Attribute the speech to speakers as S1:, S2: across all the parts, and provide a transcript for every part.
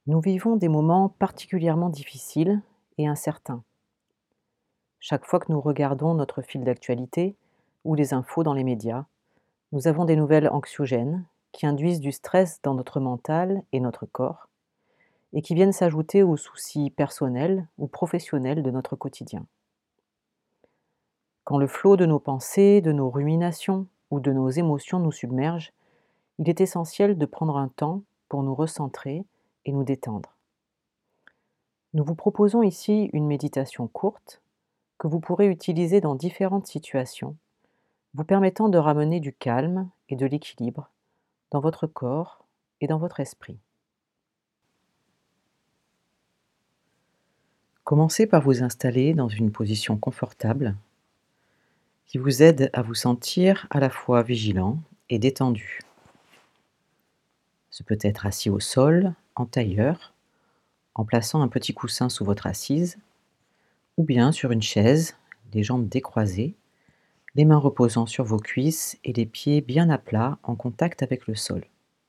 S1: Nous vivons des moments particulièrement difficiles et incertains. Chaque fois que nous regardons notre fil d'actualité ou les infos dans les médias, nous avons des nouvelles anxiogènes qui induisent du stress dans notre mental et notre corps et qui viennent s'ajouter aux soucis personnels ou professionnels de notre quotidien. Quand le flot de nos pensées, de nos ruminations ou de nos émotions nous submerge, il est essentiel de prendre un temps pour nous recentrer et nous détendre. Nous vous proposons ici une méditation courte que vous pourrez utiliser dans différentes situations, vous permettant de ramener du calme et de l'équilibre dans votre corps et dans votre esprit. Commencez par vous installer dans une position confortable qui vous aide à vous sentir à la fois vigilant et détendu. Ce peut être assis au sol, en tailleur, en plaçant un petit coussin sous votre assise, ou bien sur une chaise, les jambes décroisées, les mains reposant sur vos cuisses et les pieds bien à plat en contact avec le sol.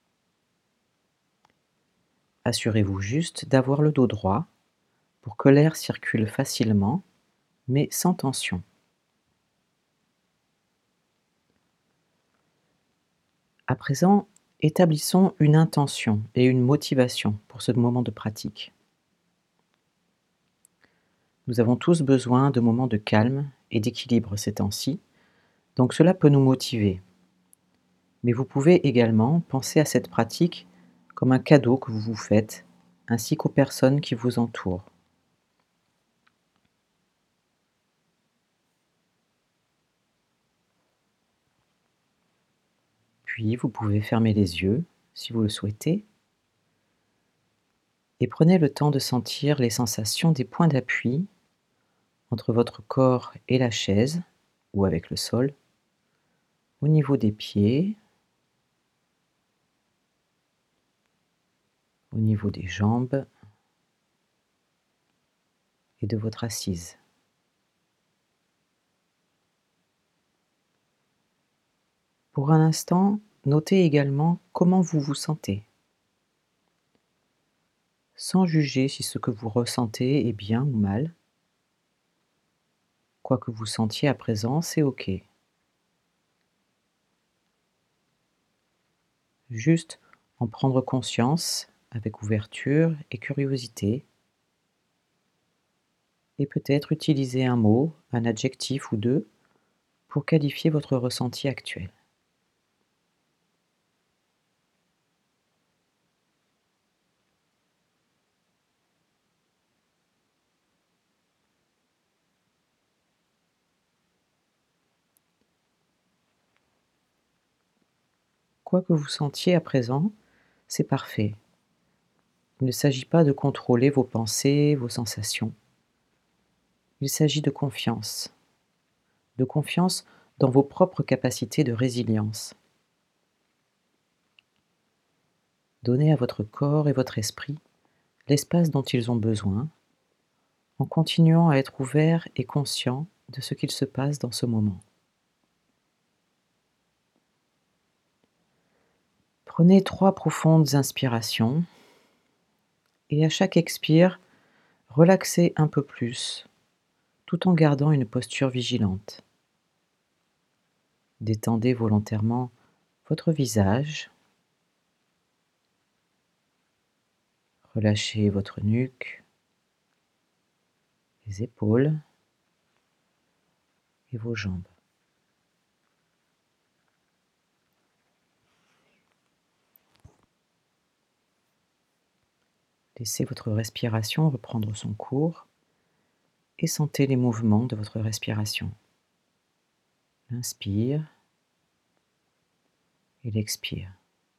S1: Assurez-vous juste d'avoir le dos droit pour que l'air circule facilement, mais sans tension. À présent, établissons une intention et une motivation pour ce moment de pratique. Nous avons tous besoin de moments de calme et d'équilibre ces temps-ci, donc cela peut nous motiver. Mais vous pouvez également penser à cette pratique comme un cadeau que vous vous faites, ainsi qu'aux personnes qui vous entourent. Puis vous pouvez fermer les yeux, si vous le souhaitez, et prenez le temps de sentir les sensations des points d'appui entre votre corps et la chaise, ou avec le sol, au niveau des pieds, au niveau des jambes et de votre assise. Pour un instant, notez également comment vous vous sentez, sans juger si ce que vous ressentez est bien ou mal. Quoi que vous sentiez à présent, c'est OK. Juste en prendre conscience avec ouverture et curiosité, et peut-être utiliser un mot, un adjectif ou deux pour qualifier votre ressenti actuel. Quoi que vous sentiez à présent, c'est parfait. Il ne s'agit pas de contrôler vos pensées, vos sensations. Il s'agit de confiance dans vos propres capacités de résilience. Donnez à votre corps et votre esprit l'espace dont ils ont besoin, en continuant à être ouvert et conscient de ce qu'il se passe dans ce moment. Prenez 3 profondes inspirations et à chaque expire, relaxez un peu plus, tout en gardant une posture vigilante. Détendez volontairement votre visage, relâchez votre nuque, les épaules et vos jambes. Laissez votre respiration reprendre son cours et sentez les mouvements de votre respiration. L'inspire et l'expire.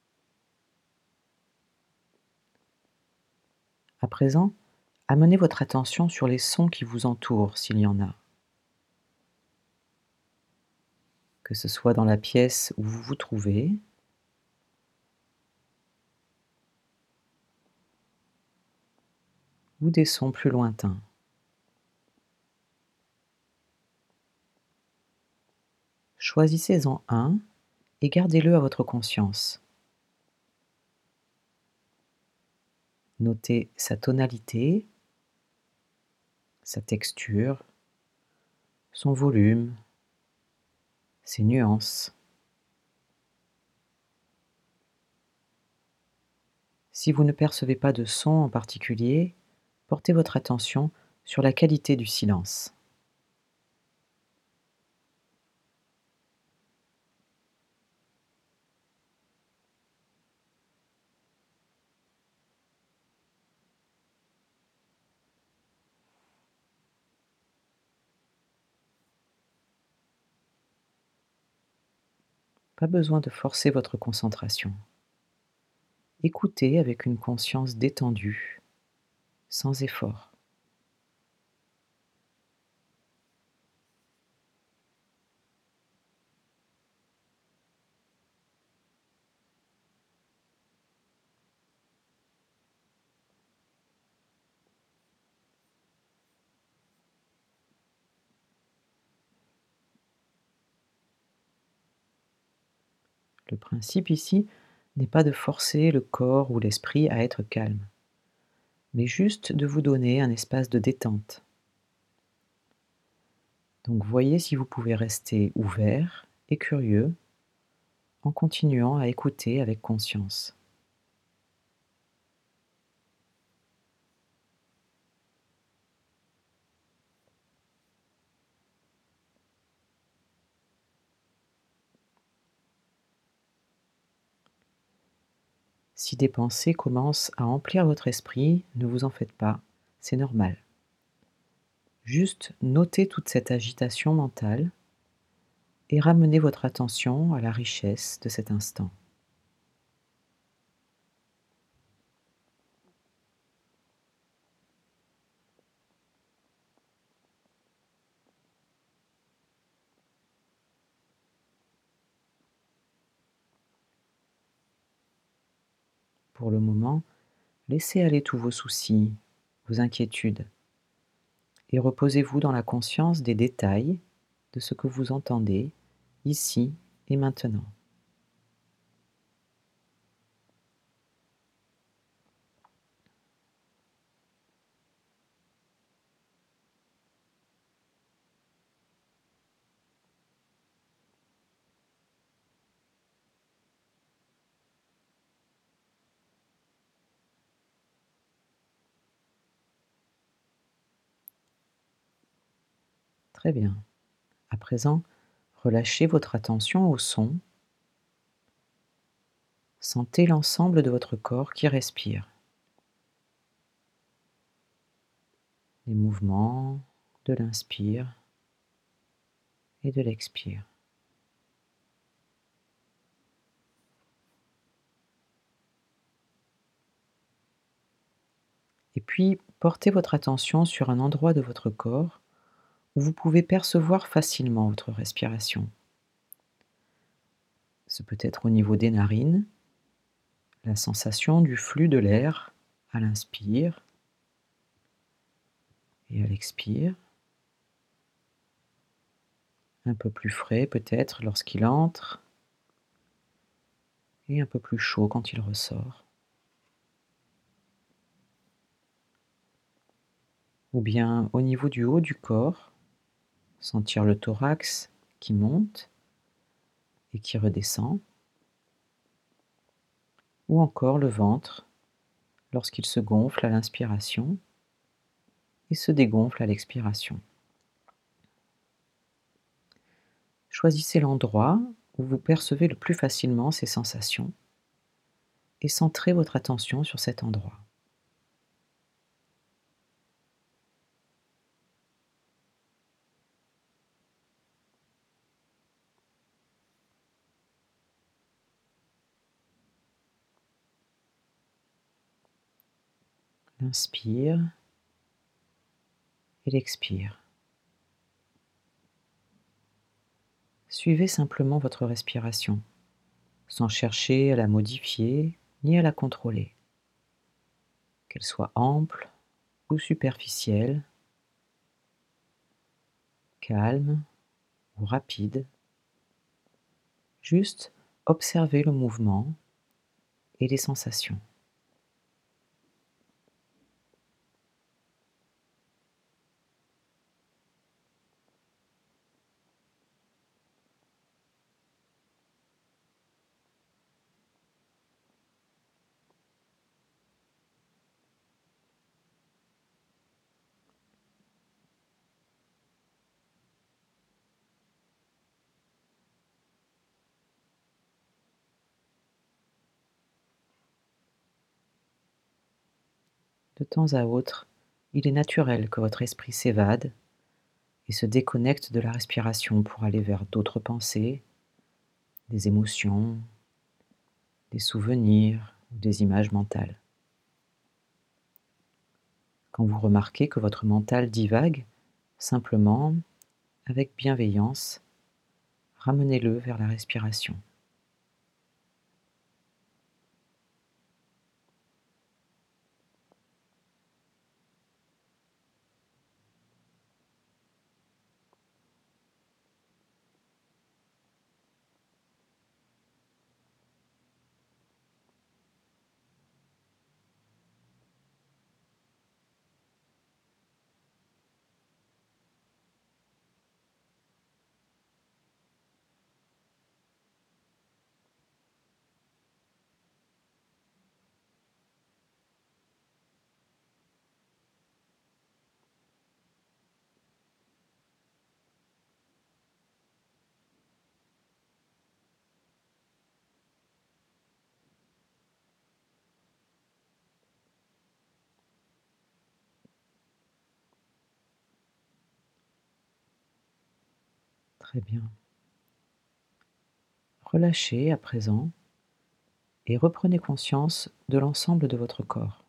S1: À présent, amenez votre attention sur les sons qui vous entourent s'il y en a. Que ce soit dans la pièce où vous vous trouvez, ou des sons plus lointains. Choisissez-en un et gardez-le à votre conscience. Notez sa tonalité, sa texture, son volume, ses nuances. Si vous ne percevez pas de son en particulier, portez votre attention sur la qualité du silence. Pas besoin de forcer votre concentration. Écoutez avec une conscience détendue, sans effort. Le principe ici n'est pas de forcer le corps ou l'esprit à être calme, mais juste de vous donner un espace de détente. Donc voyez si vous pouvez rester ouvert et curieux en continuant à écouter avec conscience. Si des pensées commencent à emplir votre esprit, ne vous en faites pas, c'est normal. Juste notez toute cette agitation mentale et ramenez votre attention à la richesse de cet instant. Pour le moment, laissez aller tous vos soucis, vos inquiétudes, et reposez-vous dans la conscience des détails de ce que vous entendez ici et maintenant. Très bien. À présent, relâchez votre attention au son. Sentez l'ensemble de votre corps qui respire. Les mouvements de l'inspire et de l'expire. Et puis, portez votre attention sur un endroit de votre corps où vous pouvez percevoir facilement votre respiration. Ce peut être au niveau des narines, la sensation du flux de l'air à l'inspire et à l'expire. Un peu plus frais peut-être lorsqu'il entre et un peu plus chaud quand il ressort. Ou bien au niveau du haut du corps, sentir le thorax qui monte et qui redescend. Ou encore le ventre lorsqu'il se gonfle à l'inspiration et se dégonfle à l'expiration. Choisissez l'endroit où vous percevez le plus facilement ces sensations et centrez votre attention sur cet endroit. L'inspire et l'expire. Suivez simplement votre respiration, sans chercher à la modifier ni à la contrôler. Qu'elle soit ample ou superficielle, calme ou rapide, juste observez le mouvement et les sensations. De temps à autre, il est naturel que votre esprit s'évade et se déconnecte de la respiration pour aller vers d'autres pensées, des émotions, des souvenirs ou des images mentales. Quand vous remarquez que votre mental divague, simplement, avec bienveillance, ramenez-le vers la respiration. Très bien. Relâchez à présent et reprenez conscience de l'ensemble de votre corps.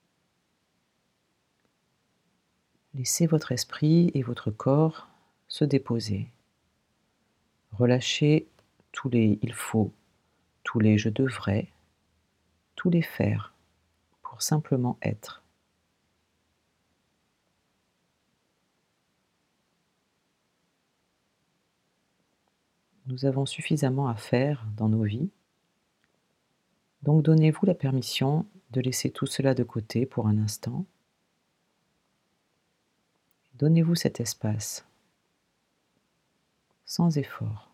S1: Laissez votre esprit et votre corps se déposer. Relâchez tous les il faut, tous les je devrais, tous les faire pour simplement être. Nous avons suffisamment à faire dans nos vies, donc donnez-vous la permission de laisser tout cela de côté pour un instant. Donnez-vous cet espace, sans effort.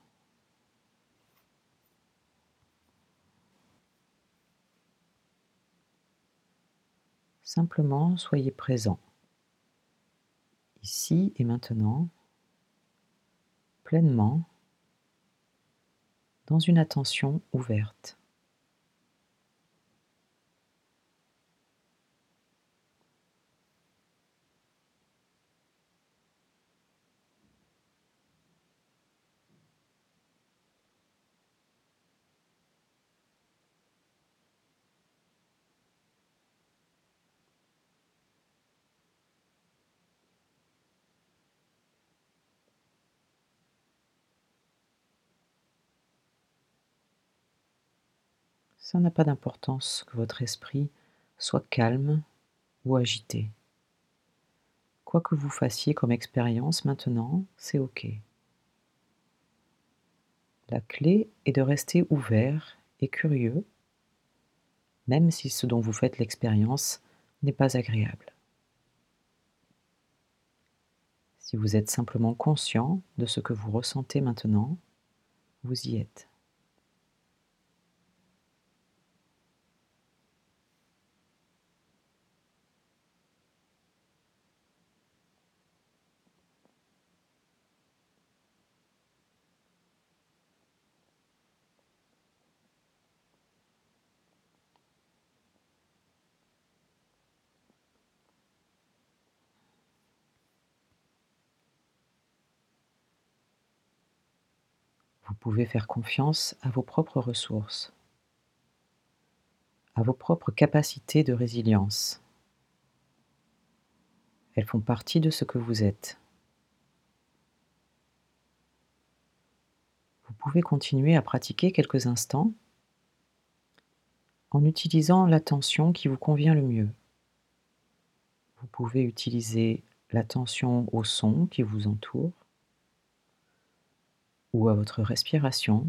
S1: Simplement soyez présent, ici et maintenant, pleinement, dans une attention ouverte. Ça n'a pas d'importance que votre esprit soit calme ou agité. Quoi que vous fassiez comme expérience maintenant, c'est OK. La clé est de rester ouvert et curieux, même si ce dont vous faites l'expérience n'est pas agréable. Si vous êtes simplement conscient de ce que vous ressentez maintenant, vous y êtes. Vous pouvez faire confiance à vos propres ressources, à vos propres capacités de résilience. Elles font partie de ce que vous êtes. Vous pouvez continuer à pratiquer quelques instants en utilisant l'attention qui vous convient le mieux. Vous pouvez utiliser l'attention au son qui vous entoure ou à votre respiration,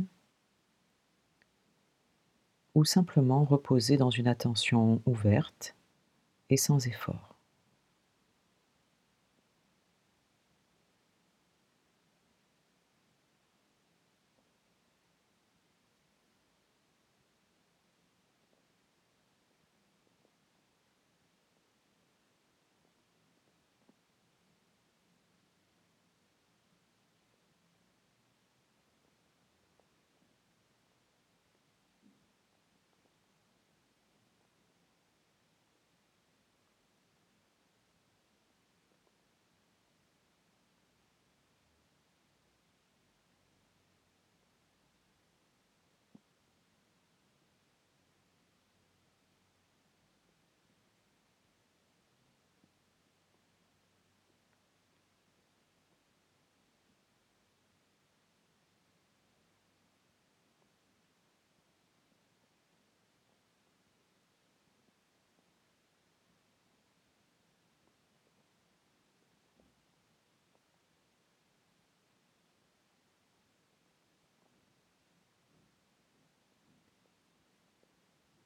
S1: ou simplement reposer dans une attention ouverte et sans effort.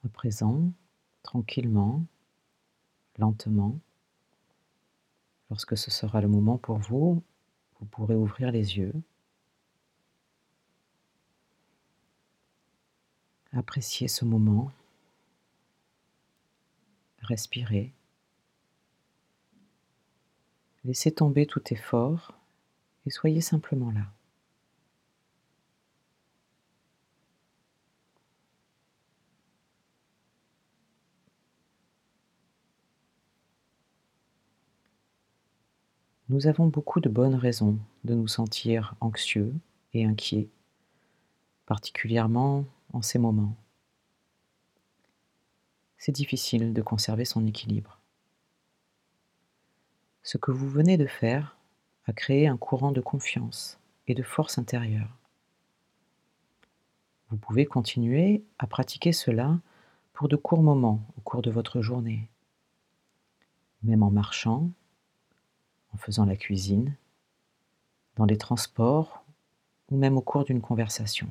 S1: présent, tranquillement, lentement. Lorsque ce sera le moment pour vous, vous pourrez ouvrir les yeux, apprécier ce moment, respirer, laissez tomber tout effort et soyez simplement là. Nous avons beaucoup de bonnes raisons de nous sentir anxieux et inquiets, particulièrement en ces moments. C'est difficile de conserver son équilibre. Ce que vous venez de faire a créé un courant de confiance et de force intérieure. Vous pouvez continuer à pratiquer cela pour de courts moments au cours de votre journée, même en marchant, en faisant la cuisine, dans les transports ou même au cours d'une conversation.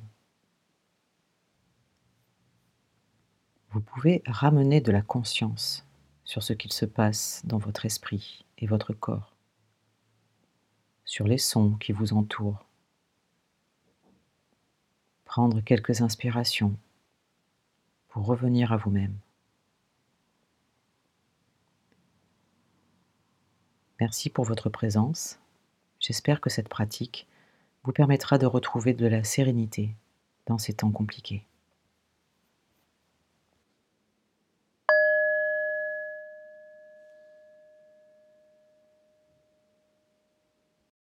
S1: Vous pouvez ramener de la conscience sur ce qu'il se passe dans votre esprit et votre corps, sur les sons qui vous entourent. Prendre quelques inspirations pour revenir à vous-même. Merci pour votre présence. J'espère que cette pratique vous permettra de retrouver de la sérénité dans ces temps compliqués.